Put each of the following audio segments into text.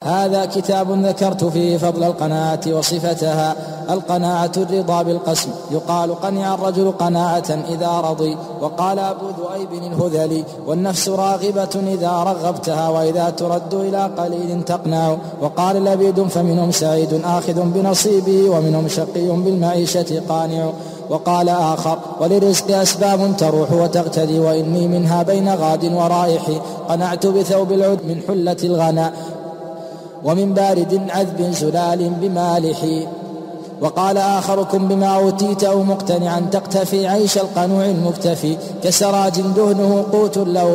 هذا كتاب ذكرت فيه فضل القناعة وصفتها. القناعة الرضا بالقسم، يقال قنع الرجل قناعة إذا رضي. وقال أبو ذؤيب الهذلي: والنفس راغبة إذا رغبتها، وإذا ترد إلى قليل تقنع. وقال لبيد: فمنهم سعيد آخذ بنصيبه، ومنهم شقي بالمعيشة قانع. وقال آخر: وللرزق أسباب تروح وتغتدي، وإني منها بين غاد ورائح. قنعت بثوب العد من حلة الغنى، ومن بارد عذب زلال بمالح. وقال آخر: كن بما أوتيت أو مقتنعا تقتفي عيش القنوع المكتفي، كسراج دهنه قوت له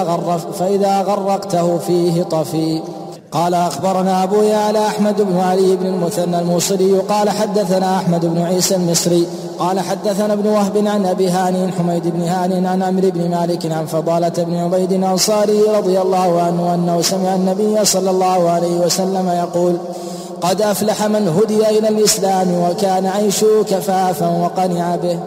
فإذا غرقته فيه طفي. قال أخبرنا أبو يعلى أحمد بن علي بن المثنى الموصلي قال حدثنا أحمد بن عيسى المصري قال حدثنا ابن وهب عن أبي هاني حميد بن هاني عن عمرو بن مالك عن فضالة بن عبيد الأنصاري رضي الله عنه أنه سمع النبي صلى الله عليه وسلم يقول: قد أفلح من هدي إلى الإسلام وكان عيشه كفافا وقنع به.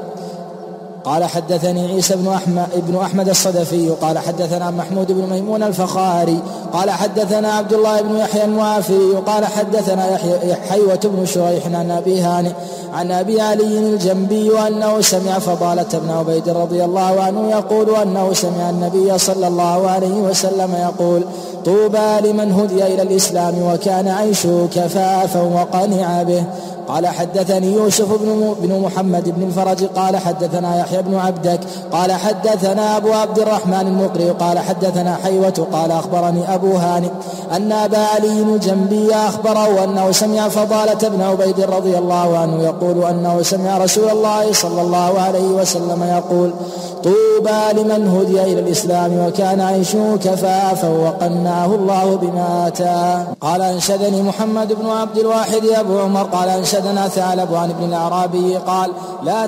قال حدثني عيسى بن أحمد الصدفي قال حدثنا محمود بن ميمون الفخاري قال حدثنا عبد الله بن يحيى المعافري قال حدثنا حيوة بن شريح عن أبي هاني عن أبي علي الجنبي أنه سمع فضالة بن عبيد رضي الله عنه يقول أنه سمع النبي صلى الله عليه وسلم يقول: طوبى لمن هدي إلى الإسلام وكان عيشه كفافا وقنع به. قال حدثني يوسف بن محمد بن الفرج قال حدثنا يحيى بن عبدك قال حدثنا أبو عبد الرحمن المقري قال حدثنا حيوة قال أخبرني أبو هاني أن أبا علي الجنبي أخبره أنه سمع فضالة بن عبيد رضي الله عنه يقول أنه سمع رسول الله صلى الله عليه وسلم يقول: طوبى لمن هدي إلى الإسلام وكان عيشه كفافا وقنعه الله بما آتاه. قال أنشدني محمد بن عبد الواحد أبو عمر قال أنشدنا ثعلب عن ابن الأعرابي قال: لا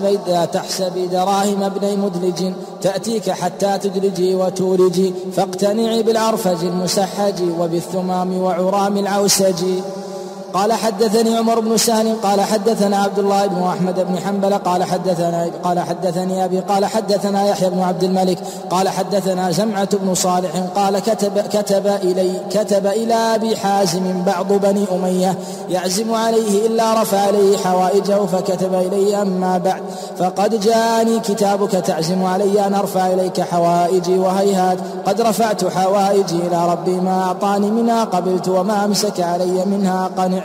تحسبي دراهم ابن مدلج تأتيك حتى تدلجي وتولجي، فاقتنعي بالعرفج المسحج وبالثمام وعرام العوسج. قال حدثني عمر بن سهل قال حدثنا عبد الله بن أحمد بن حنبل قال حدثني أبي قال حدثنا يحيى بن عبد الملك قال حدثنا جمعة بن صالح قال كتب إلى أبي حازم بعض بني أمية يعزم عليه إلا رفع عليه حوائجه، فكتب إلي: أما بعد فقد جاءني كتابك تعزم علي أن أرفع إليك حوائجي، وهيهات قد رفعت حوائجي إلى ربي، ما أعطاني منها قبلت وما أمسك علي منها قنعت.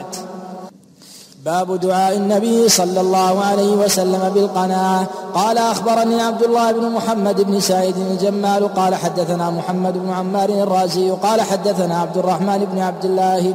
باب دعاء النبي صلى الله عليه وسلم بالقناعة. قال أخبرني عبد الله بن محمد بن سعيد الجمال قال حدثنا محمد بن عمار الرازي قال حدثنا عبد الرحمن بن عبد الله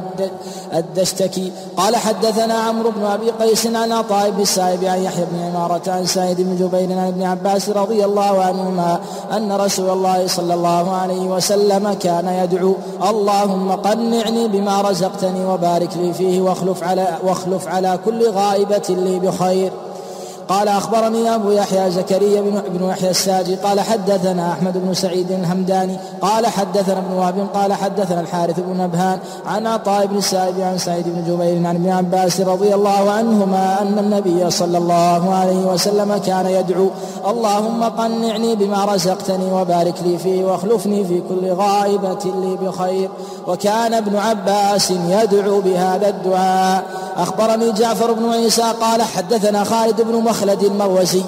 الدشتكي قال حدثنا عمرو بن أبي قيس عن عطاء بن السائب عن يحيى بن عمارة عن سعيد بن جبير عن ابن عباس رضي الله عنهما أن رسول الله صلى الله عليه وسلم كان يدعو: اللهم قنعني بما رزقتني وبارك لي فيه واخلف على كل غائبة لي بخير. قال أخبرني أبو يحيى زكريا بن يحيى الساجي قال حدثنا أحمد بن سعيد الهمداني قال حدثنا ابن وهب قال حدثنا الحارث بن نبهان عن عطاء بن السائب عن سعيد بن جبير عن ابن عباس رضي الله عنهما أن النبي صلى الله عليه وسلم كان يدعو: اللهم قنعني بما رزقتني وبارك لي فيه واخلفني في كل غائبة لي بخير. وكان ابن عباس يدعو بهذا الدعاء. أخبرني جعفر بن عيسى قال حدثنا خالد بن مخلد المروزي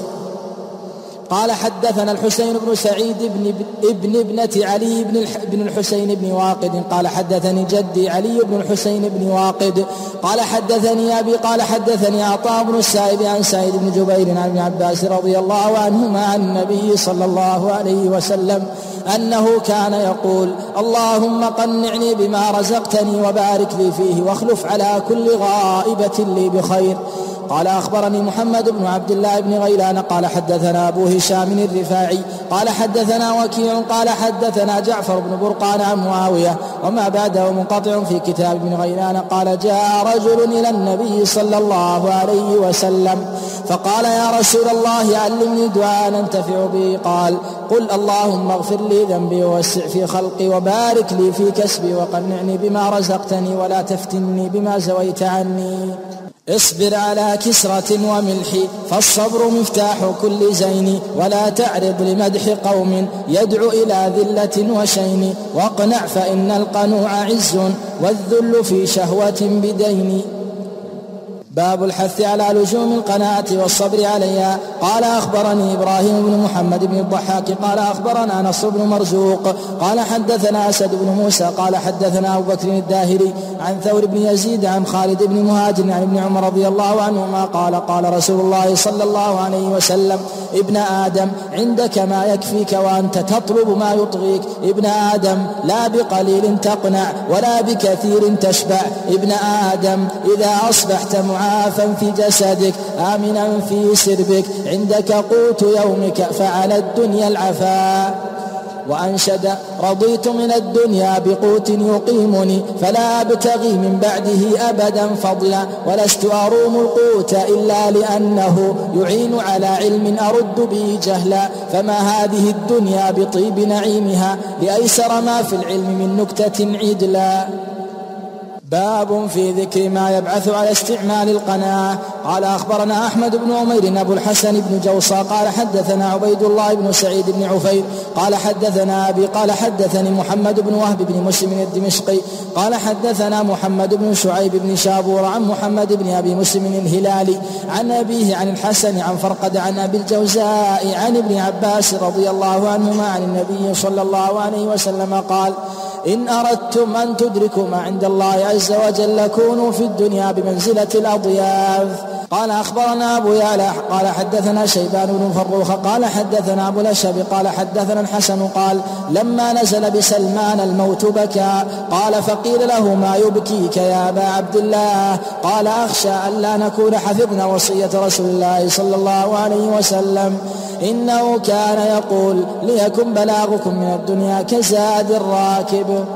قال حدثنا الحسين بن سعيد ابن ابنة علي بن الحسين بن واقد قال حدثني جدي علي بن الحسين بن واقد قال حدثني أبي قال حدثني عطاء بن السائب عن سعيد بن جبير عن ابن عباس رضي الله عنهما عن النبي صلى الله عليه وسلم أنه كان يقول: اللهم قنعني بما رزقتني وبارك لي فيه واخلف على كل غائبة لي بخير. قال أخبرني محمد بن عبد الله بن غيلان قال حدثنا أبو هشام الرفاعي قال حدثنا وكيع قال حدثنا جعفر بن برقان عن معاوية وما بعده منقطع في كتاب ابن غيلان قال: جاء رجل إلى النبي صلى الله عليه وسلم فقال: يا رسول الله علمني دعاء أنتفع به. قال: قل اللهم اغفر لي ذنبي ووسع في خلقي وبارك لي في كسبي وقنعني بما رزقتني ولا تفتني بما زويت عني. اصبر على كسرة وملح فالصبر مفتاح كل زين ولا تعرض لمدح قوم يدعو إلى ذلة وشين واقنع فإن القنوع عز والذل في شهوة بدين. باب الحث على لزوم القناعة والصبر عليها. قال أخبرني إبراهيم بن محمد بن الضحاك قال أخبرنا نصر بن مرزوق قال حدثنا أسد بن موسى قال حدثنا أبو بكر الداهري عن ثور بن يزيد عن خالد بن مهاجر عن ابن عمر رضي الله عنهما قال رسول الله صلى الله عليه وسلم: ابن آدم عندك ما يكفيك وأنت تطلب ما يطغيك. ابن آدم لا بقليل تقنع ولا بكثير تشبع. ابن آدم إذا أصبحت معافا في جسدك آمنا في سربك عندك قوت يومك فعلى الدنيا العفاء. وأنشد: رضيت من الدنيا بقوت يقيمني فلا أبتغي من بعده أبدا فضلا ولست أروم القوت إلا لأنه يعين على علم أرد به جهلا. فما هذه الدنيا بطيب نعيمها لأيسر ما في العلم من نكتة عدلا. باب في ذكر ما يبعث على استعمال القناعة. قال أخبرنا أحمد بن عمير أبو الحسن بن جوصى قال حدثنا عبيد الله بن سعيد بن عفير قال حدثنا أبي قال حدثني محمد بن وهب بن مسلم الدمشقي قال حدثنا محمد بن شعيب بن شابور عن محمد بن أبي مسلم الهلالي عن أبيه عن الحسن عن فرقد عن أبي الجوزاء عن ابن عباس رضي الله عنهما عن النبي صلى الله عليه وسلم قال: إن أردتم أن تدركوا ما عند الله عز وجل كونوا في الدنيا بمنزلة الأضياف. قال أخبرنا أبو يعلى قال حدثنا شيبان بن فروخ قال حدثنا أبو الأشهب قال حدثنا الحسن قال: لما نزل بسلمان الموت بكى. قال فقيل له: ما يبكيك يا أبا عبد الله؟ قال: أخشى أن لا نكون حفظنا وصية رسول الله صلى الله عليه وسلم إنه كان يقول: ليكن بلاغكم من الدنيا كزاد الراكب.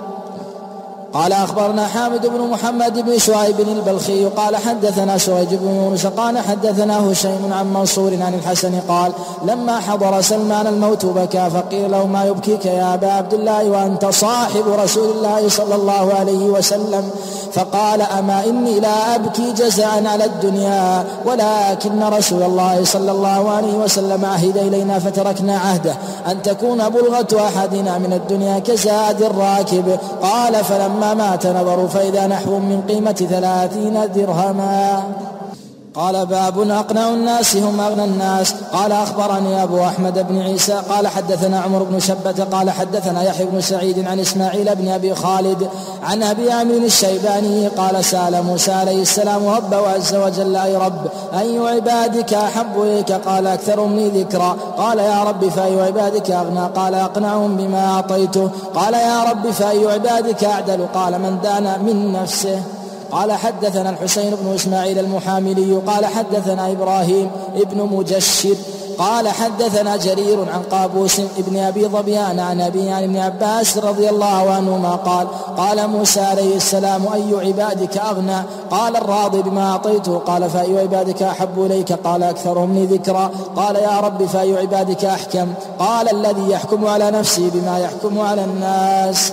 قال أخبرنا حامد بن محمد بن شعيب البلخي قال حدثنا سويج بن يونس قال حدثنا هشيم عن منصور عن الحسن قال: لما حضر سلمان الموت بكى فقيل له: ما يبكيك يا أبا عبد الله وأنت صاحب رسول الله صلى الله عليه وسلم؟ فقال: أما إني لا أبكي جزاء على الدنيا ولكن رسول الله صلى الله عليه وسلم عهد إلينا فتركنا عهده أن تكون بلغة أحدنا من الدنيا كزاد الراكب. قال: فلما مات نظروا فإذا نحو من قيمة 30 درهما. قال: باب أقنع الناس هم أغنى الناس. قال أخبرني أبو أحمد بن عيسى قال حدثنا عمر بن شبة قال حدثنا يحيى بن سعيد عن إسماعيل بن أبي خالد عن أبي عامر الشيباني قال: سأل موسى عليه السلام ربه عز وجل: أي رب، أي عبادك أحب إليك؟ قال: أكثرهم لي ذكرا. قال: يا رب، فأي عبادك أغنى؟ قال: أقنعهم بما أعطيته. قال: يا رب، فأي عبادك أعدل؟ قال: من دان من نفسه. قال حدثنا الحسين بن إسماعيل المحاملي قال حدثنا إبراهيم ابن مجشر قال حدثنا جرير عن قابوس ابن أبي ظبيان عن أبي عن ابن عباس رضي الله عنهما قال: قال موسى عليه السلام: أي عبادك أغنى؟ قال: الراضي بما أعطيته. قال: فأي عبادك أحب إليك؟ قال: أكثرهم لي ذكرا. قال: يا رب، فأي عبادك أحكم؟ قال: الذي يحكم على نفسه بما يحكم على الناس.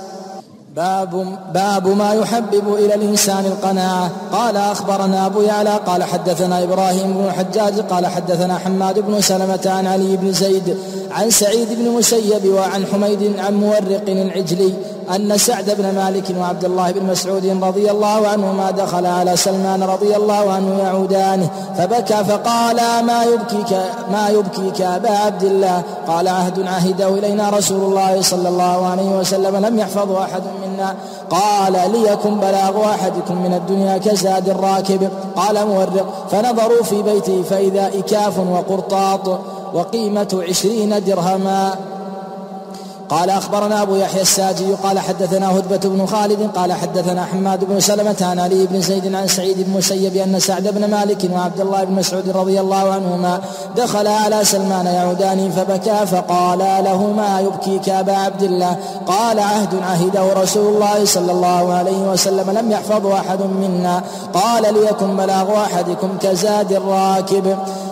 باب ما يحبب إلى الإنسان القناعة. قال أخبرنا أبو يعلى قال حدثنا إبراهيم بن الحجاج قال حدثنا حماد بن سلمة عن علي بن زيد عن سعيد بن مسيب وعن حميد عن مورق العجلي أن سعد بن مالك وعبد الله بن مسعود رضي الله عنهما دخل على سلمان رضي الله عنه يعودانه فبكى فقال: ما يبكيك أبا عبد الله؟ قال: عهد عهده إلينا رسول الله صلى الله عليه وسلم لم يحفظه أحد منا. قال: ليكن بلاغ أحدكم من الدنيا كزاد الراكب. قال مورق: فنظروا في بيته فإذا إكاف وقرطاط وقيمة 20 درهما. قال أخبرنا أبو يحيى الساجي قال حدثنا هدبة بن خالد قال حدثنا حماد بن سلمة عن علي بن زيد عن سعيد بن مسيب أن سعد بن مالك وعبد الله بن مسعود رضي الله عنهما دخل على سلمان يعودان فبكى فقال له: ما يبكيك أبا عبد الله؟ قال: عهد عهده رسول الله صلى الله عليه وسلم لم يحفظه أحد منا. قال: ليكن بلاغ أحدكم كزاد الراكب.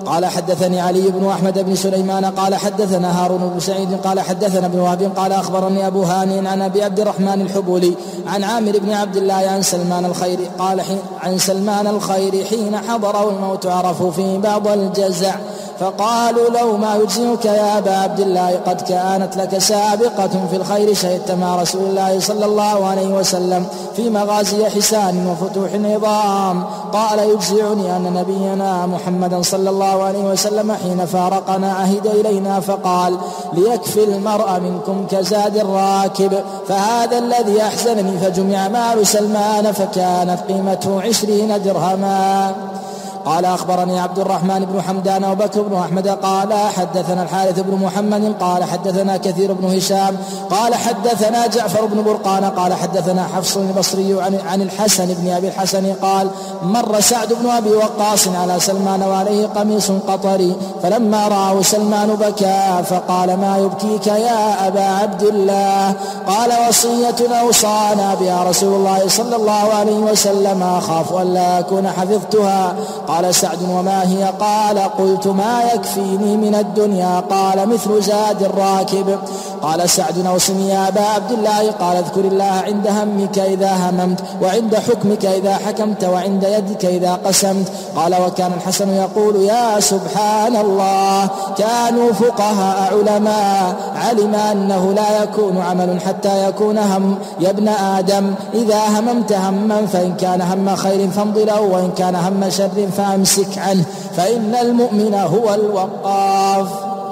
قال حدثني علي بن أحمد بن سليمان قال حدثنا هارون بن سعيد قال حدثنا ابن وهب قال أخبرني أبو هاني عن أبي عبد الرحمن الحبولي عن عامر بن عبد الله عن سلمان الخير قال عن سلمان الخير حين حضره الموت عرفوا فيه بعض الجزع فقالوا له ما يجزئك يا أبا عبد الله قد كانت لك سابقة في الخير شهدت مع رسول الله صلى الله عليه وسلم في مغازي حسان وفتوح النظام. قال يجزعني أن نبينا محمدا صلى الله عليه وسلم حين فارقنا عهد إلينا فقال ليكفي المرء منكم كزاد الراكب فهذا الذي أحزنني. فجمع مال سلمان فكانت قيمته 20 درهما. قال أخبرني عبد الرحمن بن حمدان وبكر بن أحمد قال حدثنا الحارث بن محمد قال حدثنا كثير بن هشام قال حدثنا جعفر بن برقان قال حدثنا حفص البصري عن الحسن بن أبي الحسن قال مر سعد بن أبي وقاص على سلمان وعليه قميص قطري فلما رآه سلمان بكى فقال ما يبكيك يا أبا عبد الله؟ قال وصية أوصانا بها رسول الله صلى الله عليه وسلم أخاف أن لا أكون حفظتها. قال سعد وما هي؟ قال قلت ما يكفيني من الدنيا. قال مثل زاد الراكب. قال سعد اوصني يا أبا عبد الله. قال اذكر الله عند همك إذا هممت وعند حكمك إذا حكمت وعند يدك إذا قسمت. قال وكان الحسن يقول يا سبحان الله كانوا فقهاء علماء علم أنه لا يكون عمل حتى يكون هم. يا ابن آدم إذا هممت هما فإن كان هم خير فامض له وإن كان هم شر فامسك عنه فإن المؤمن هو الوقاف.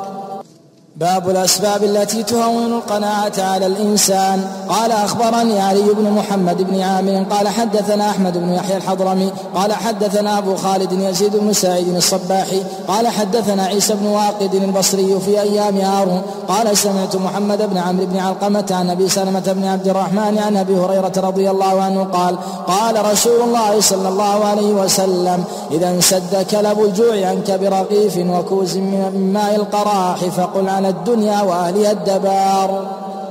باب الأسباب التي تهون القناعة على الإنسان. قال أخبرني علي بن محمد بن عامر قال حدثنا أحمد بن يحيى الحضرمي قال حدثنا أبو خالد يزيد بن سعيد الصباحي قال حدثنا عيسى بن واقد البصري في أيام هارون قال سمعت محمد بن عمرو بن علقمة عن أبي سلمة بن عبد الرحمن عن أبي هريرة رضي الله عنه قال قال رسول الله صلى الله عليه وسلم إذا انسد كلب الجوع عنك برغيف وكوز من ماء القراح فقل على الدنيا وأهلها الدبار.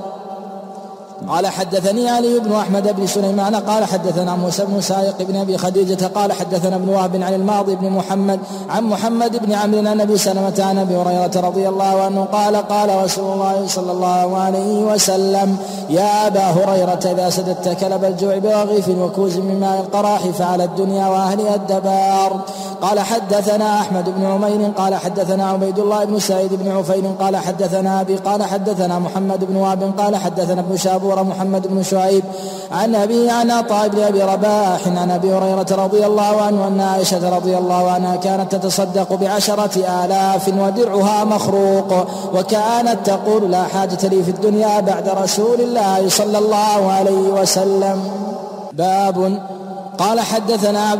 قال حدثني علي بن أحمد بن سليمان قال حدثنا موسى بن سائق بن أبي خديجة قال حدثنا ابن وهب عن الماضي بن محمد عن محمد بن عمرو عن أبي سلمة عن أبي هريرة رضي الله عنه قال قال رسول الله صلى الله عليه وسلم يا أبا هريرة إذا سددت كلب الجوع برغيف وكوز من ماء القراح فعلى الدنيا وأهلها الدبار. قال حدثنا أحمد بن عمير قال حدثنا عبيد الله بن سعيد بن عفير قال حدثنا أبي قال حدثنا محمد بن وهب قال حدثنا ابن شابور محمد بن شعيب عن أبي عن عطاء بن أبي رباح عن أبي هريرة رضي الله عنه أن عائشة رضي الله عنها كانت تتصدق ب10,000 ودرعها مخروق وكانت تقول لا حاجة لي في الدنيا بعد رسول الله صلى الله عليه وسلم. باب قال حدثنا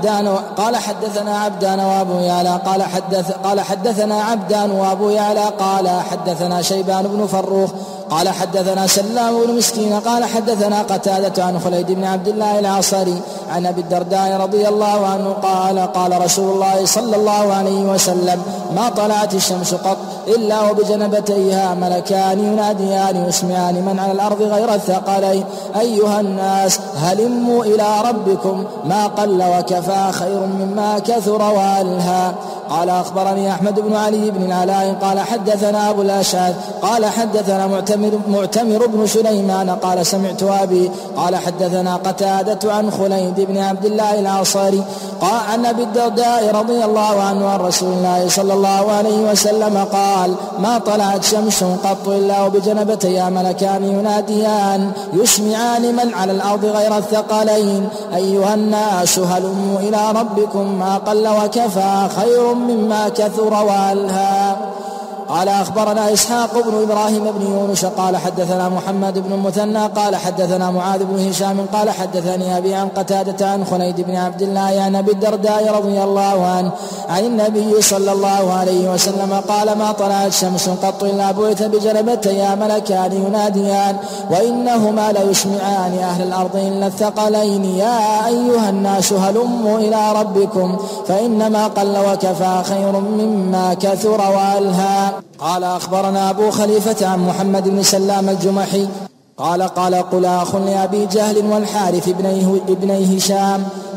عبدان وابو يعلى قال حدثنا عبدان وابو يعلى قال حدثنا شيبان بن فروخ قال حدثنا سلام بن مسكين قال حدثنا قتادة عن خليد بن عبد الله العصري عن أبي الدرداء رضي الله عنه قال رسول الله صلى الله عليه وسلم ما طلعت الشمس قط إلا وبجنبتيها ملكان يناديان يسمعان من على الأرض غير الثقلين أيها الناس هلموا إلى ربكم ما قل وكفى خير مما كثر وألهى. قال أخبرني أحمد بن علي بن العلاء قال حدثنا أبو الأشعث قال حدثنا معتمر بن سليمان قال سمعت أبي قال حدثنا قتادة عن خليد بن عبد الله العصري قال عن أبي الدرداء رضي الله عنه عن رسول الله صلى الله عليه وسلم قال ما طلعت شمس قط إلا وبجنبتها ملكان يناديان يسمعان من على الأرض غير الثقلين أيها الناس هلموا إلى ربكم ما قل وكفى خير مما كثر وألهى. قال أخبرنا إسحاق بن إبراهيم بن يونس قال حدثنا محمد بن المثنى قال حدثنا معاذ بن هشام قال حدثني أبي عن قتادة عن خليد بن عبد الله عن أبي الدرداء رضي الله عنه عن النبي صلى الله عليه وسلم قال ما طلعت شمس قط إلا بعث بجنبتيها ملكان يناديان وإنهما ليسمعان أهل الأرض إلا الثقلين يا أيها الناس هلموا إلى ربكم فإنما قل وكفى خير مما كثر وألهى. قال أخبرنا أبو خليفة عن محمد بن سلام الجمحي قال قل أخ لأبي جهل والحارث ابني هشام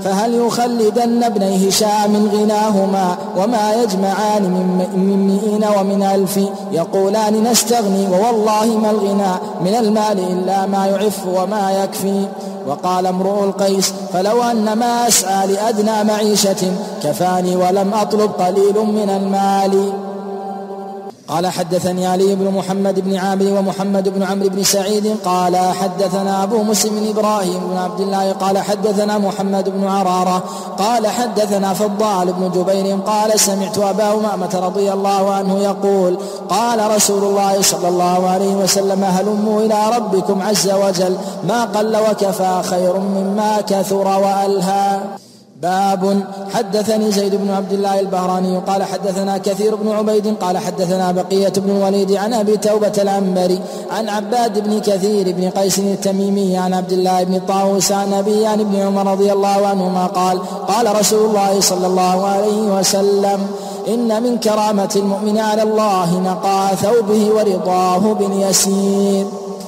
فهل يخلدن ابني هشام غناهما وما يجمعان من 100 ومن 1000 يقولان نستغني ووالله ما الغنى من المال إلا ما يعف وما يكفي. وقال امرؤ القيس فلو أن ما أسعى لأدنى معيشة كفاني ولم أطلب قليل من المال. قال حدثني علي بن محمد بن عامر ومحمد بن عمرو بن سعيد قال حدثنا أبو مسلم إبراهيم بن عبد الله قال حدثنا محمد بن عرارة قال حدثنا فضال بن جبير قال سمعت أبا أمامة رضي الله عنه يقول قال رسول الله صلى الله عليه وسلم هلموا إلى ربكم عز وجل ما قل وكفى خير مما كثر وألهى. باب حدثني زيد بن عبد الله البهراني قال حدثنا كثير بن عبيد قال حدثنا بقية بن الوليد عن أبي توبة العنبري عن عباد بن كثير بن قيس التميمي عن عبد الله بن طاووس عن أبي عن ابن عمر رضي الله عنهما قال قال رسول الله صلى الله عليه وسلم إن من كرامة المؤمن على الله نقاء ثوبه ورضاه باليسير.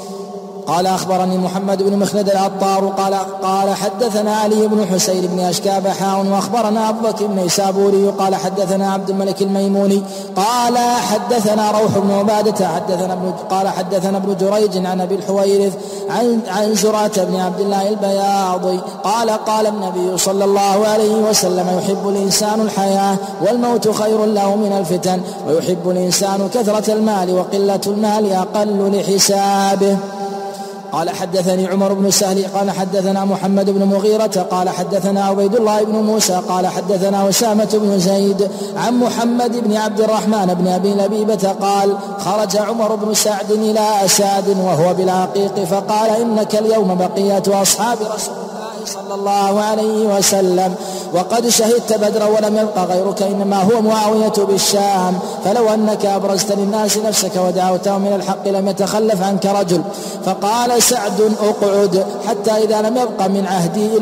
قال أخبرني محمد بن مخلد العطار قال حدثنا علي بن حسين بن أشكاب حاء وأخبرنا أبو بكر بن سابوري قال حدثنا عبد الملك الميموني قال حدثنا روح بن عبادة قال حدثنا ابن جريج عن أبي الحويرث عن زرعة بن عبد الله البياضي قال النبي صلى الله عليه وسلم يحب الإنسان الحياة والموت خير له من الفتن ويحب الإنسان كثرة المال وقلة المال أقل لحسابه. قال حدثني عمر بن سهل قال حدثنا محمد بن مغيرة قال حدثنا عبيد الله بن موسى قال حدثنا أسامة بن زيد عن محمد بن عبد الرحمن بن أبي لبيبة قال خرج عمر بن سعد إلى أساد وهو بالعقيق فقال إنك اليوم بقية أصحاب رسول الله صلى الله عليه وسلم وقد شهدت بدرا ولم يبق غيرك إنما هو معاوية بالشام فلو أنك أبرزت للناس نفسك ودعوتهم من الحق لم يتخلف عنك رجل. فقال سعد اقعد حتى إذا لم يبق من عهدي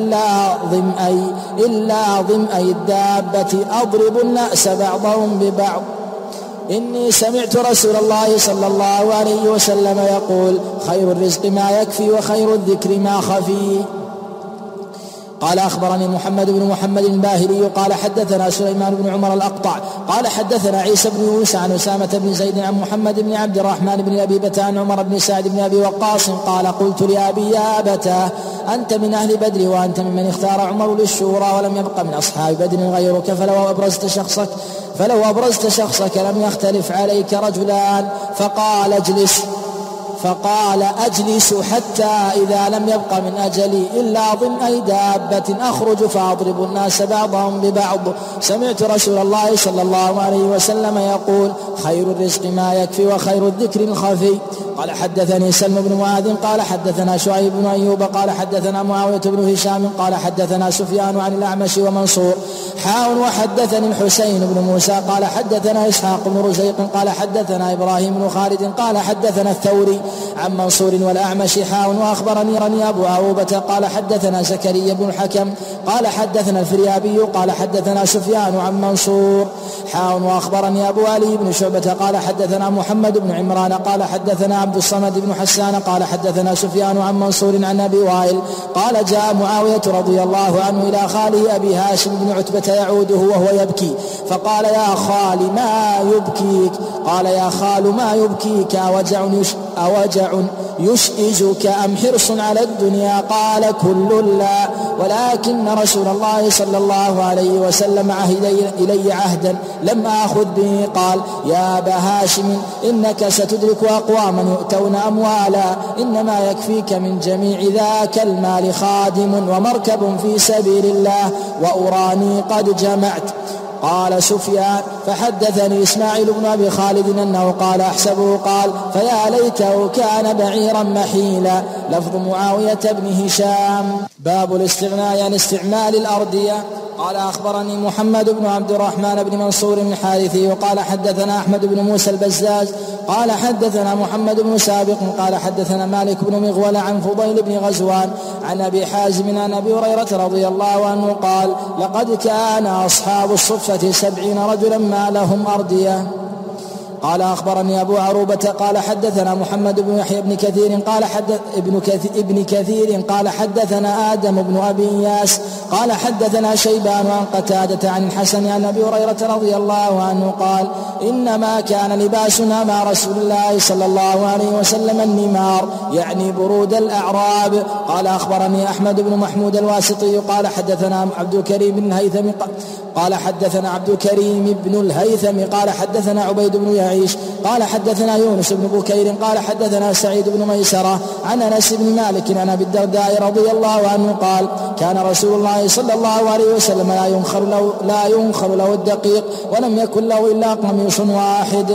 إلا ضمأي الدابة أضرب الناس بعضهم ببعض إني سمعت رسول الله صلى الله عليه وسلم يقول خير الرزق ما يكفي وخير الذكر ما خفي. قال أخبرني محمد بن محمد الباهلي قال حدثنا سليمان بن عمر الأقطع قال حدثنا عيسى بن يونس عن أسامة بن زيد عن محمد بن عبد الرحمن بن أبي بتة عن عمر بن سعد بن أبي وقاص قال قلت لأبي يا أبتاه أنت من أهل بدر وأنت ممن اختار عمر للشورى ولم يبق من أصحاب بدر غيرك فلو أبرزت شخصك لم يختلف عليك رجلان فقال أجلس حتى إذا لم يبق من أجلي إلا ضمأي دابة أخرج فأضرب الناس بعضهم ببعض سمعت رسول الله صلى الله عليه وسلم يقول خير الرزق ما يكفي وخير الذكر الخفي. قال حدثني سلم بن معاذ قال حدثنا شعيب بن أيوب قال حدثنا معاوية بن هشام قال حدثنا سفيان عن الأعمش ومنصور وحدثني الحسين بن موسى قال حدثنا إسحاق بن رزيق قال حدثنا إبراهيم بن خالد قال حدثنا الثوري عن منصور والأعمش وأخبرني أبو عروبة قال حدثنا زكريا بن الحكم قال حدثنا الفريابي قال حدثنا سفيان عن منصور وأخبرني أبو علي بن شعبة قال حدثنا محمد بن عمران قال حدثنا عبد الصمد بن حسان قال حدثنا سفيان عن منصور عن أبي وائل قال جاء معاوية رضي الله عنه إلى خاله أبي هاشم بن عتبة يعوده وهو يبكي فقال يا خال ما يبكيك قال يا خال ما يبكيك أوجع يشئزك أم حرص على الدنيا قال كل لا ولكن رسول الله صلى الله عليه وسلم عهد إلي عهدا لم آخذ به قال يا أبا هاشم إنك ستدرك أقواما يؤتون أموالا إنما يكفيك من جميع ذاك المال خادم ومركب في سبيل الله وأراني قد جمعت. قال سفيان فحدثني إسماعيل بن أبي خالد أنه قال أحسبه قال فيا ليته كان بعيرا محيلا. لفظ معاوية بن هشام. باب الاستغناء عن استعمال الأردية. قال أخبرني محمد بن عبد الرحمن بن منصور الحارثي وقال حدثنا أحمد بن موسى البزاز قال حدثنا محمد بن سابق قال حدثنا مالك بن مغول عن فضيل بن غزوان عن أبي حازم عن أبي هريرة رضي الله عنه قال لقد كان أصحاب الصفة 70 رجلا ما لهم أردية. قال أخبرني أبو عروبة قال حدثنا محمد بن يحيى بن كثير قال ابن كثير قال حدثنا آدم بن أبي إياس قال حدثنا شيبان عن قتادة عن الحسن عن أبي هريرة رضي الله عنه قال إنما كان لباسنا مع رسول الله صلى الله عليه وسلم النمار يعني برود الأعراب. قال أخبرني أحمد بن محمود الواسطي قال حدثنا عبد الكريم بن الهيثم قال حدثنا عبيد بن يعيش قال حدثنا يونس بن بكير قال حدثنا سعيد بن ميسرة عن أنس بن مالك عن أبي الدرداء رضي الله عنه قال كان رسول الله صلى الله عليه وسلم لا ينخر له الدقيق ولم يكن له إلا قميص واحد.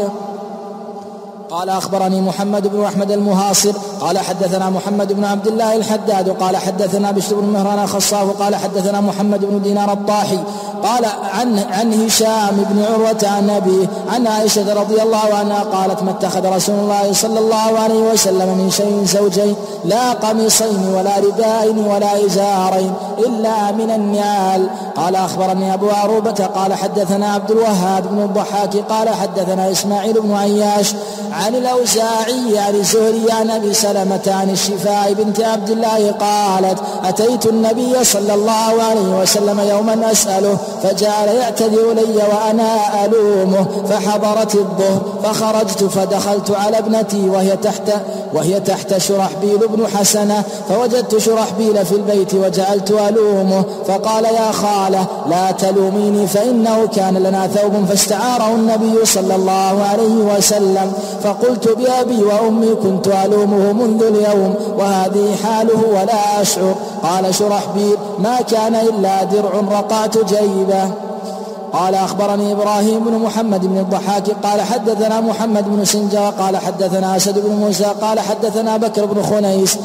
قال أخبرني محمد بن أحمد المهاصر قال حدثنا محمد بن عبد الله الحداد قال حدثنا بشر بن مهران الخصاف قال حدثنا محمد بن دينار الطاحي قال عن هشام بن عروة عن أبيه عن عائشة رضي الله عنها قالت ما اتخذ رسول الله صلى الله عليه وسلم من شيء زوجين لا قميصين ولا رداءين ولا إزارين إلا من النعال. قال أخبرني أبو عروبة قال حدثنا عبد الوهاب بن الضحاك قال حدثنا إسماعيل بن عياش عن الأوزاعي عن الزهري عن أبي سلمة عن الشفاء بنت عبد الله قالت أتيت النبي صلى الله عليه وسلم يوما أسأله فجعل يعتذر لي وأنا ألومه فحضرت الظهر فخرجت فدخلت على ابنتي وهي تحت شرحبيل بن حسنة فوجدت شرحبيل في البيت وجعلت ألومه فقال يا خالة لا تلوميني فإنه كان لنا ثوب فاستعاره النبي صلى الله عليه وسلم فقلت بأبي وأمي كنت ألومه منذ اليوم وهذه حاله ولا أشعر. قال شرحبيل ما كان إلا درع رقعت جيبه. قال أخبرني إبراهيم بن محمد بن الضحاك قال حدثنا محمد بن سنجا قال حدثنا أسد بن موسى قال حدثنا بكر بن خنيس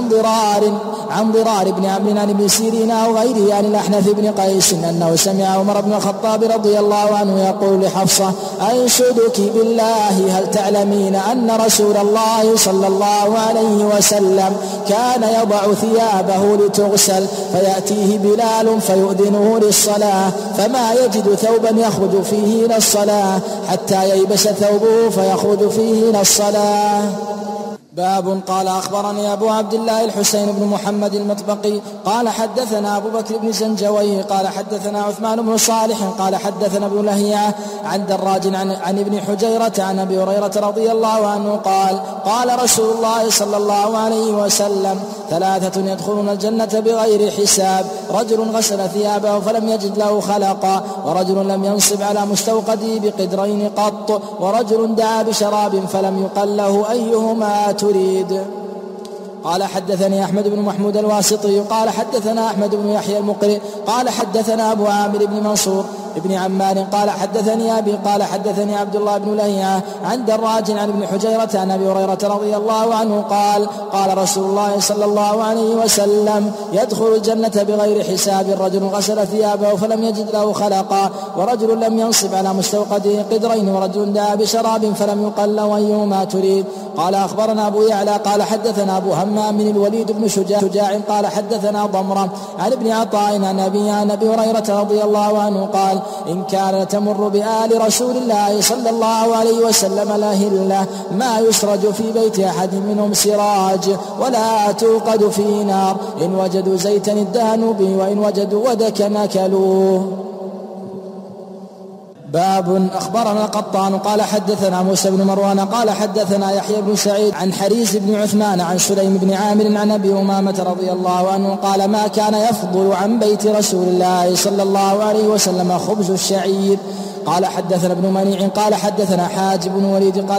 عن ضرار بن عمرو عن ابن سيرين أو غيره عن الأحنف بن قيس أنه سمع عمر بن الخطاب رضي الله عنه يقول لحفصة أنشدك بالله هل تعلمين أن رسول الله صلى الله عليه وسلم كان يضع ثيابه لتغسل فيأتيه بلال فيؤذنه للصلاة فما يجد ثوبا يخرج فيه إلى الصلاة حتى ييبس ثوبه فيخرج فيه إلى الصلاة. باب. قال أخبرني أبو عبد الله الحسين بن محمد المطبقي قال حدثنا أبو بكر بن زنجوي قال حدثنا عثمان بن صالح قال حدثنا ابن لهيعة عن دراج عن ابن حجيرة عن أبي هريرة رضي الله عنه قال رسول الله صلى الله عليه وسلم ثلاثة يدخلون الجنة بغير حساب رجل غسل ثيابه فلم يجد له خلقا ورجل لم ينصب على مستوقده بقدرين قط ورجل دعا بشراب فلم يقل له أيهما تريد. قال حدثني أحمد بن محمود الواسطي قال حدثنا أحمد بن يحيى المقرئ قال حدثنا أبو عامر بن منصور ابن عمار قال حدثني أبي قال حدثني عبد الله بن لهيعة عن دراج عن ابن حجيرة عن أبي هريرة رضي الله عنه قال رسول الله صلى الله عليه وسلم يدخل الجنة بغير حساب رجل غسل ثيابه فلم يجد له خلقا ورجل لم ينصب على مستوقده قدرين ورجل دعا بشراب فلم يقل له أيهما تريد. قال أخبرنا أبو يعلى قال حدثنا أبو همام من الوليد بن شجاع قال حدثنا ضمرة عن ابن عطاء عن أبي هريرة رضي الله عنه قال إن كان تمر بآل رسول الله صلى الله عليه وسلم لهلة ما يسرج في بيت أحد منهم سراج ولا توقد في نار إن وجدوا زيتا ادهنوا به وإن وجدوا ودكا نكلوه. باب. أخبرنا القطان قال حدثنا موسى بن مروان قال حدثنا يحيى بن سعيد عن حريز بن عثمان عن سليم بن عامر عن أبي أمامة رضي الله عنه قال ما كان يفضل عن بيت رسول الله صلى الله عليه وسلم خبز الشعير. قال حدثنا ابن منيع قال حدثنا حاج بن وليد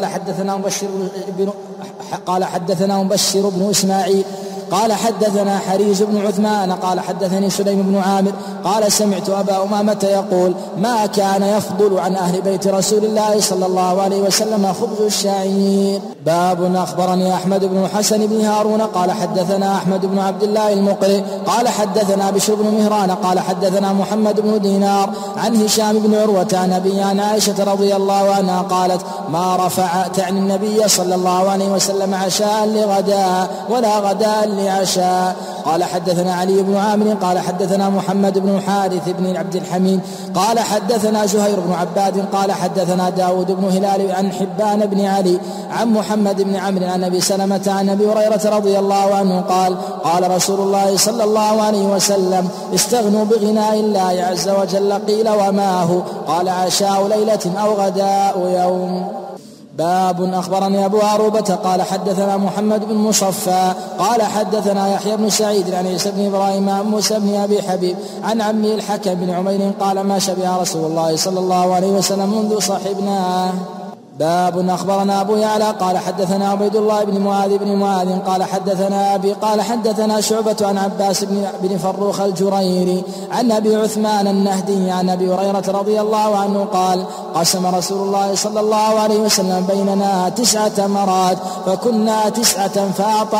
قال حدثنا مبشر بن إسماعيل قال حدثنا حريز بن عثمان قال حدثني سليم بن عامر قال سمعت أبا أمامة يقول ما كان يفضل عن أهل بيت رسول الله صلى الله عليه وسلم خبز الشعير. باب أخبرني أحمد بن الحسن بن هارون قال حدثنا أحمد بن عبد الله المقري قال حدثنا بشر بن مهران قال حدثنا محمد بن دينار عن هشام بن عروة عن أبي عن عائشة رضي الله عنها قالت ما رفع تعني النبي صلى الله عليه وسلم عشاء لغداء ولا غداء لعشاء. قال حدثنا علي بن عامر قال حدثنا محمد بن الحارث بن عبد الحميد قال حدثنا زهير بن عباد قال حدثنا داود بن هلال عن حبان بن علي عن محمد بن عمرو عن أبي سلمة عن أبي هريرة رضي الله عنه قال قال رسول الله صلى الله عليه وسلم استغنوا بغناء الله عز وجل. قيل وما هو؟ قال عشاء ليلة أو غداء يوم. باب أخبرني أبو عروبة قال حدثنا محمد بن مصفى قال حدثنا يحيى بن سعيد عن عيسى بن إبراهيم عن موسى بن أبي حبيب عن عمه الحكم بن عمير قال ما شبع رسول الله صلى الله عليه وسلم منذ صحبناه. باب أخبرنا أبو يعلى قال حدثنا عبيد الله بن معاذ قال حدثنا أبي قال حدثنا شعبة عن عباس بن فروخ الجريري عن أبي عثمان النهدي عن أبي هريرة رضي الله عنه قال قسم رسول الله صلى الله عليه وسلم بيننا 9 تمرات فكنا 9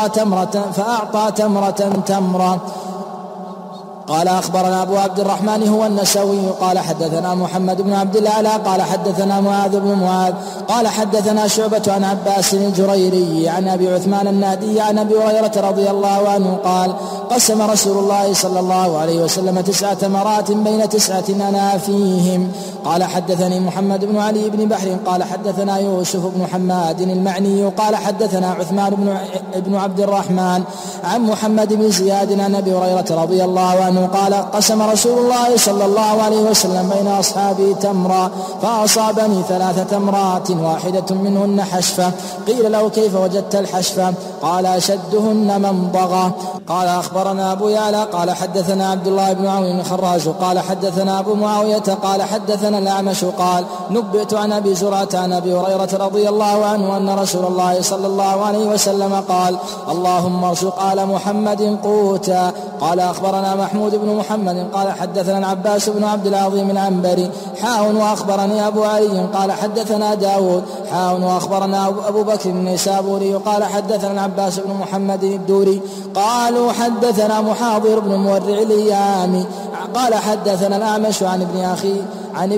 فأعطى تمرة. قال أخبرنا أبو عبد الرحمن هو النسوي قال حدثنا محمد بن عبد الأعلى قال حدثنا معاذ بن معاذ قال حدثنا شعبة عن عباس الجريري عن أبي عثمان النهدي عن أبي هريرة رضي الله عنه قال قسم رسول الله صلى الله عليه وسلم 9 تمرات بين 9 أنافيهم. قال حدثني محمد بن علي بن بحر قال حدثنا يوسف بن حماد المعني قال حدثنا عثمان بن عبد الرحمن عن محمد بن زياد عن أبي هريرة رضي الله عنه قال قسم رسول الله صلى الله عليه وسلم بين أصحابه تمرا فأصابني 3 تمرات واحدة منهن حشفة. قيل له كيف وجدت الحشفة؟ قال أشدهن منضغة. قال أخبرنا أبو يعلى قال حدثنا عبد الله بن عون الخراج قال حدثنا أبو معاوية قال حدثنا الأعمش قال نبئت عن أبي زرعة عن أبي هريرة رضي الله عنه أن رسول الله صلى الله عليه وسلم قال اللهم ارزق آل محمد قوتا. قال أخبرنا محمود بن محمد قال حدثنا العباس بن عبد العظيم العنبري وأخبرني أبو علي قال حدثنا داود وأخبرنا أبو بكر النيسابوري قال حدثنا العباس بن محمد الدوري قالوا حدثنا محاضر بن مورع اليامي قال حدثنا الأعمش عن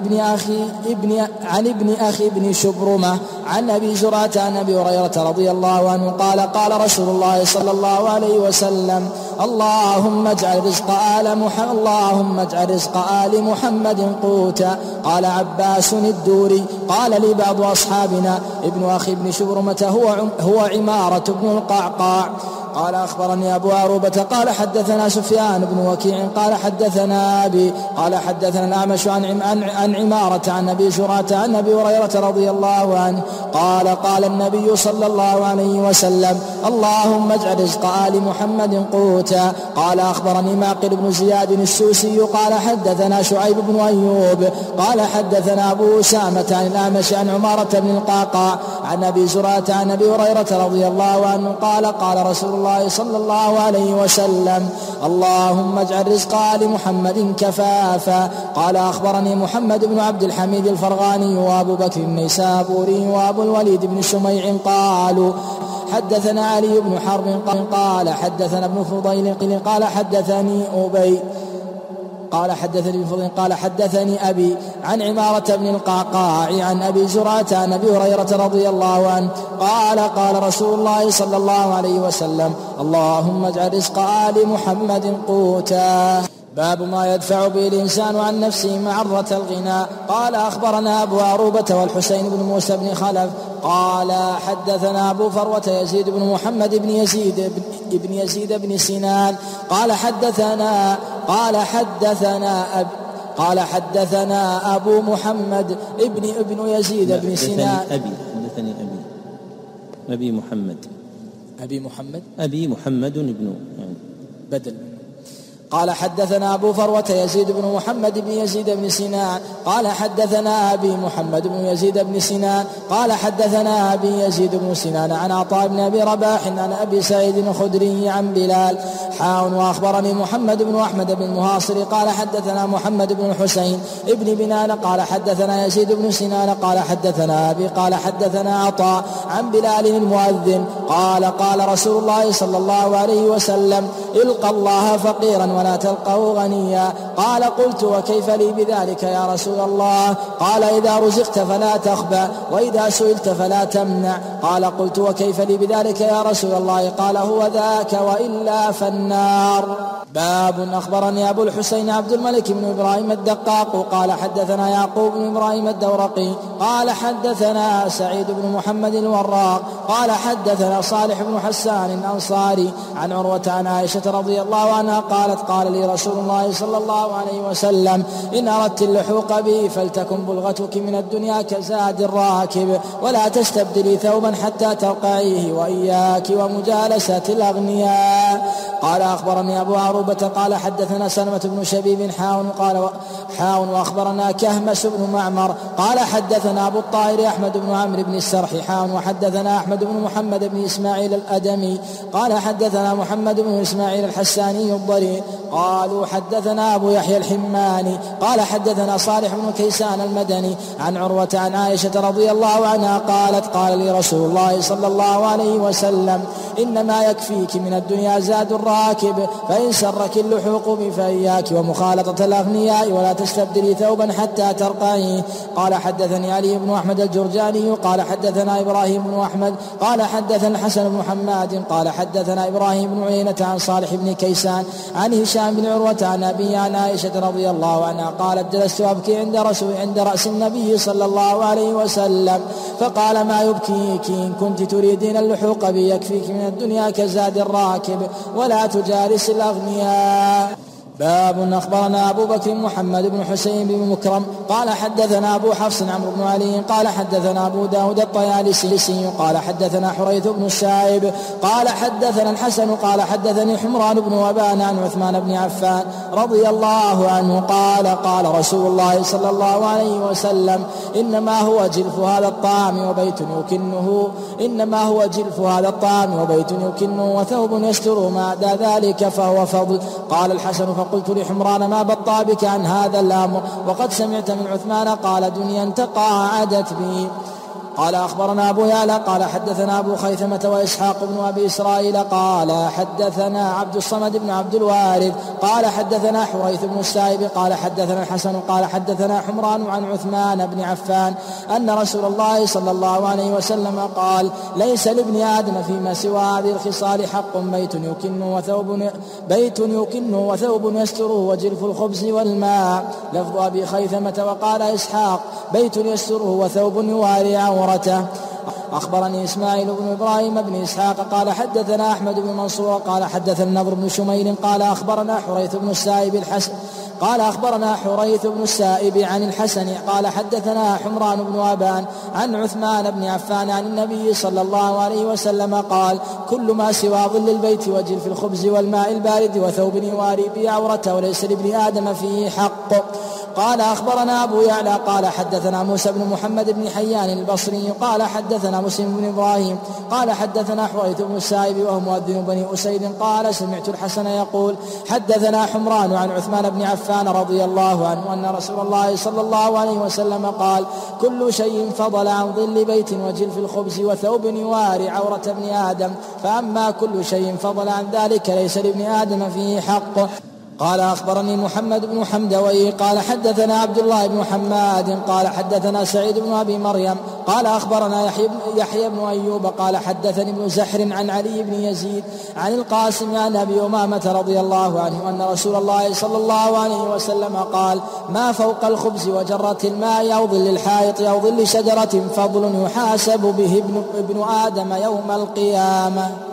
ابن أخي ابن شبرمة عن أبي زرعة عن أبي هريرة رضي الله عنه قال قال رسول الله صلى الله عليه وسلم اللهم اجعل رزق آل محمد قوتا. قال عباس الدوري قال لي بعض أصحابنا ابن أخي ابن شبرمة هو عمارة بن القعقاع. قال أخبرني أبو عروبة قال حدثنا سفيان بن وكيع قال حدثنا أبي قال حدثنا الأعمش عن عمارة عن أبي زرعة عن أبي هريرة رضي الله عنه قال قال النبي صلى الله عليه وسلم اللهم اجعل رزق آل محمد قوتا. قال أخبرني معقل بن زياد السوسي قال حدثنا شعيب بن أيوب قال حدثنا أبو أسامة عن الأعمش عن عمارة بن القعقاع عن أبي زرعة عن أبي هريرة رضي الله عنه قال قال رسول الله صلى الله عليه وسلم اللهم اجعل رزق آل محمد كفافا. قال أخبرني محمد بن عبد الحميد الفرغاني وأبو بكر النيسابوري وأبو الوليد بن سميع قالوا حدثنا علي بن حرب قال حدثنا ابن فضيل قال حدثني أبي قال حدثني أبي عن عمارة بن القعقاع عن أبي زرعة عن أبي هريرة رضي الله عنه قال قال رسول الله صلى الله عليه وسلم اللهم اجعل رزق آل محمد قوتا. باب ما يدفع به الإنسان عن نفسه معرة الغنى. قال أخبرنا أبو عروبة والحسين بن موسى بن خلف قال حدثنا أبو فروة يزيد بن محمد بن يزيد بن سنان قال حدثنا أبو محمد ابن يزيد بن سنان حدثني أبي محمد ابن بدل. قال حدثنا أبو فروة يزيد بن محمد بن يزيد بن سنان قال حدثنا أبي محمد بن يزيد بن سنان قال حدثنا أبي يزيد بن سنان عن عطاء بن أبي رباح عن أبي سعيد الخدري عن بلال وأخبرني محمد بن أحمد بن المهاصر قال حدثنا محمد بن الحسين ابن بنان قال حدثنا يزيد بن سنان قال حدثنا أبي قال حدثنا عطاء عن بلال المؤذن قال رسول الله صلى الله عليه وسلم القى الله فقيرا ولا تلقه غنيا. قال قلت وكيف لي بذلك يا رسول الله؟ قال إذا رزقت فلا تخبى وإذا سئلت فلا تمنع. قال قلت وكيف لي بذلك يا رسول الله؟ قال هو ذاك وإلا فالنار. باب أخبرني أبو الحسين عبد الملك بن إبراهيم الدقاق قال حدثنا يعقوب بن إبراهيم الدورقي قال حدثنا سعيد بن محمد الوراق قال حدثنا صالح بن حسان الأنصاري عن عروة عن عائشة رضي الله عنها قالت قال لي رسول الله صلى الله عليه وسلم إن أردت اللحوق بي فلتكن بلغتك من الدنيا كزاد الراكب ولا تستبدلي ثوبا حتى ترقعيه وإياك ومجالسة الأغنياء. قال أخبرني أبو عروبة قال حدثنا سلمة بن شبيب حاون وأخبرنا كهمس بن معمر قال حدثنا أبو الطاهر أحمد بن عمرو بن السرح حاون وحدثنا أحمد بن محمد بن إسماعيل الأدمي قال حدثنا محمد بن إسماعيل الحساني الضرير قالوا حدثنا أبو يحيى الحماني قال حدثنا صالح بن كيسان المدني عن عروة عن عائشة رضي الله عنها قالت قال لي رسول الله صلى الله عليه وسلم إنما يكفيك من الدنيا زاد الراكب فإن سرك اللحوق فإياك ومخالطة الأغنياء ولا تستبدلي ثوبا حتى ترقعيه. قال حدثني علي بن أحمد الجرجاني قال حدثنا إبراهيم بن أحمد قال حدثنا الحسن بن حماد قال حدثنا إبراهيم بن عيينة عن صالح بن كيسان عن هشام بن عروة عن أبي عن عائشة رضي الله عنها قالت جلست أبكي عند رأس النبي صلى الله عليه وسلم فقال ما يبكيك إن كنت تريدين اللحوق بي يكفيك من الدنيا كزاد الراكب ولا تجالس الأغنياء. باب أخبرنا أبو بكر محمد بن حسين بن مكرم قال حدثنا أبو حفص عمرو بن علي قال حدثنا أبو داود الطيالسي قال حدثنا حريث بن السائب قال حدثنا الحسن قال حدثني حمران بن وبان عن عثمان بن عفان رضي الله عنه قال رسول الله صلى الله عليه وسلم إنما هو جلف هذا الطعام وبيت يكنه وثوب يستر ما عدا ذلك فهو فضل. قال الحسن فقلت لحمران ما بطأ بك عن هذا الأمر وقد سمعت من عثمان قال دنيا تقاعدت بي. قال أخبرنا أبو يعلى قال حدثنا أبو خيثمة وإسحاق بن أبي إسرائيل قال حدثنا عبد الصمد بن عبد الوارث قال حدثنا حريث بن السائب قال حدثنا الحسن قال حدثنا حمران عن عثمان بن عفان أن رسول الله صلى الله عليه وسلم قال ليس لابن آدم فيما سوى هذه الخصال حق بيت يكنه وثوب يستره وجلف الخبز والماء. لفظ أبي خيثمة وقال إسحاق بيت يستره وثوب يواري عورته. أخبرني إسماعيل بن إبراهيم بن إسحاق قال حدثنا أحمد بن منصور قال حدثنا النضر بن شميل قال أخبرنا حريث بن السائب عن الحسن قال حدثنا حمران بن أبان عن عثمان بن عفان عن النبي صلى الله عليه وسلم قال كل ما سوى ظل البيت وجلف الخبز والماء البارد وثوب يواري به عورته وليس لابن آدم فيه حق. قال أخبرنا أبو يعلى قال حدثنا موسى بن محمد بن حيان البصري قال حدثنا مسلم بن إبراهيم قال حدثنا حريث بن السائب وهو مؤذن بني أسيد قال سمعت الحسن يقول حدثنا حمران عن عثمان بن عفان رضي الله عنه أن رسول الله صلى الله عليه وسلم قال كل شيء فضل عن ظل بيت وجلف الخبز وثوب يواري عورة ابن آدم فأما كل شيء فضل عن ذلك ليس لابن آدم فيه حق. قال أخبرني محمد بن حمدوي قال حدثنا عبد الله بن حماد قال حدثنا سعيد بن أبي مريم قال أخبرنا يحيى بن أيوب قال حدثني ابن زحر عن علي بن يزيد عن القاسم عن أبي أمامة رضي الله عنه أن رسول الله صلى الله عليه وسلم قال ما فوق الخبز وجرة الماء أو ظل الحائط أو ظل شجرة فضل يحاسب به ابن آدم يوم القيامة.